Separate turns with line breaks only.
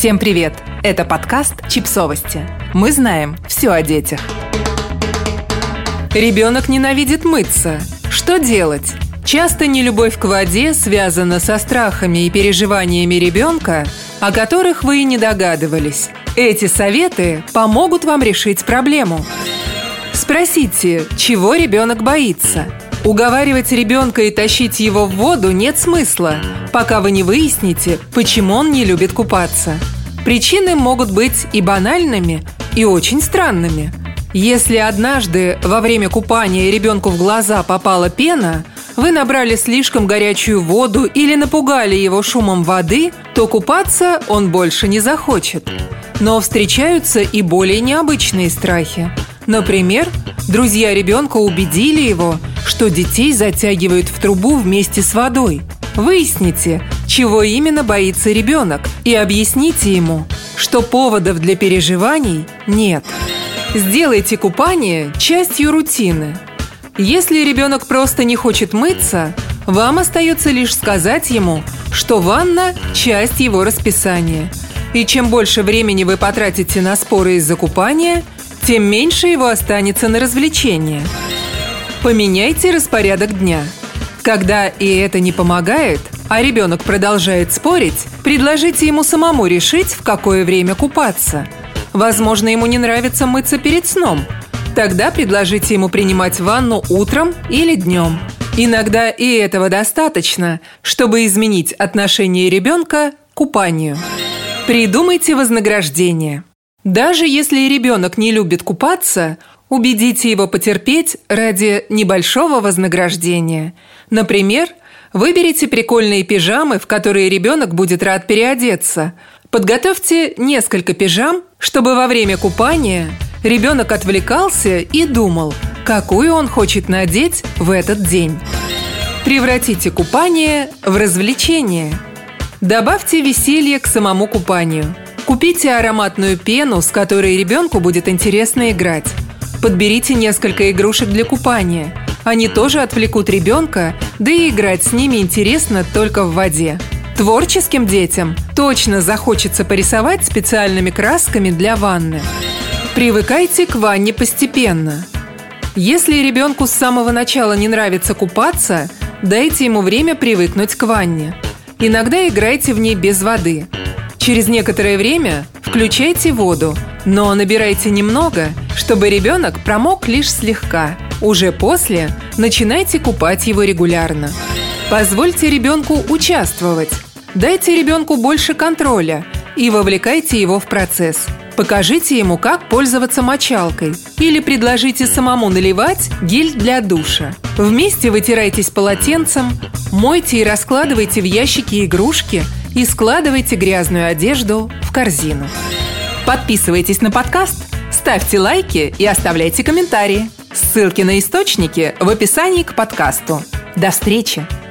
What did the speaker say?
Всем привет! Это подкаст «Чипсовости». Мы знаем все о детях. Ребенок ненавидит мыться. Что делать? Часто нелюбовь к воде связана со страхами и переживаниями ребенка, о которых вы и не догадывались. Эти советы помогут вам решить проблему. Спросите, чего ребенок боится. Уговаривать ребенка и тащить его в воду нет смысла, пока вы не выясните, почему он не любит купаться. Причины могут быть и банальными, и очень странными. Если однажды во время купания ребенку в глаза попала пена, вы набрали слишком горячую воду или напугали его шумом воды, то купаться он больше не захочет. Но встречаются и более необычные страхи. Например, друзья ребенка убедили его, что детей затягивают в трубу вместе с водой. Выясните, чего именно боится ребенок, и объясните ему, что поводов для переживаний нет. Сделайте купание частью рутины. Если ребенок просто не хочет мыться, вам остается лишь сказать ему, что ванна – часть его расписания. И чем больше времени вы потратите на споры из-за купания, тем меньше его останется на развлечения. Поменяйте распорядок дня. Когда и это не помогает, а ребенок продолжает спорить, предложите ему самому решить, в какое время купаться. Возможно, ему не нравится мыться перед сном. Тогда предложите ему принимать ванну утром или днем. Иногда и этого достаточно, чтобы изменить отношение ребенка к купанию. Придумайте вознаграждение. Даже если ребенок не любит купаться, убедите его потерпеть ради небольшого вознаграждения. Например, выберите прикольные пижамы, в которые ребенок будет рад переодеться. Подготовьте несколько пижам, чтобы во время купания ребенок отвлекался и думал, какую он хочет надеть в этот день. Превратите купание в развлечение. Добавьте веселье к самому купанию. Купите ароматную пену, с которой ребенку будет интересно играть. Подберите несколько игрушек для купания. Они тоже отвлекут ребенка, да и играть с ними интересно только в воде. Творческим детям точно захочется порисовать специальными красками для ванны. Привыкайте к ванне постепенно. Если ребенку с самого начала не нравится купаться, дайте ему время привыкнуть к ванне. Иногда играйте в ней без воды. Через некоторое время включайте воду, но набирайте немного, чтобы ребенок промок лишь слегка. Уже после начинайте купать его регулярно. Позвольте ребенку участвовать. Дайте ребенку больше контроля и вовлекайте его в процесс. Покажите ему, как пользоваться мочалкой, или предложите самому наливать гель для душа. Вместе вытирайтесь полотенцем, мойте и раскладывайте в ящики игрушки и складывайте грязную одежду в корзину. Подписывайтесь на подкаст, ставьте лайки и оставляйте комментарии. Ссылки на источники в описании к подкасту. До встречи!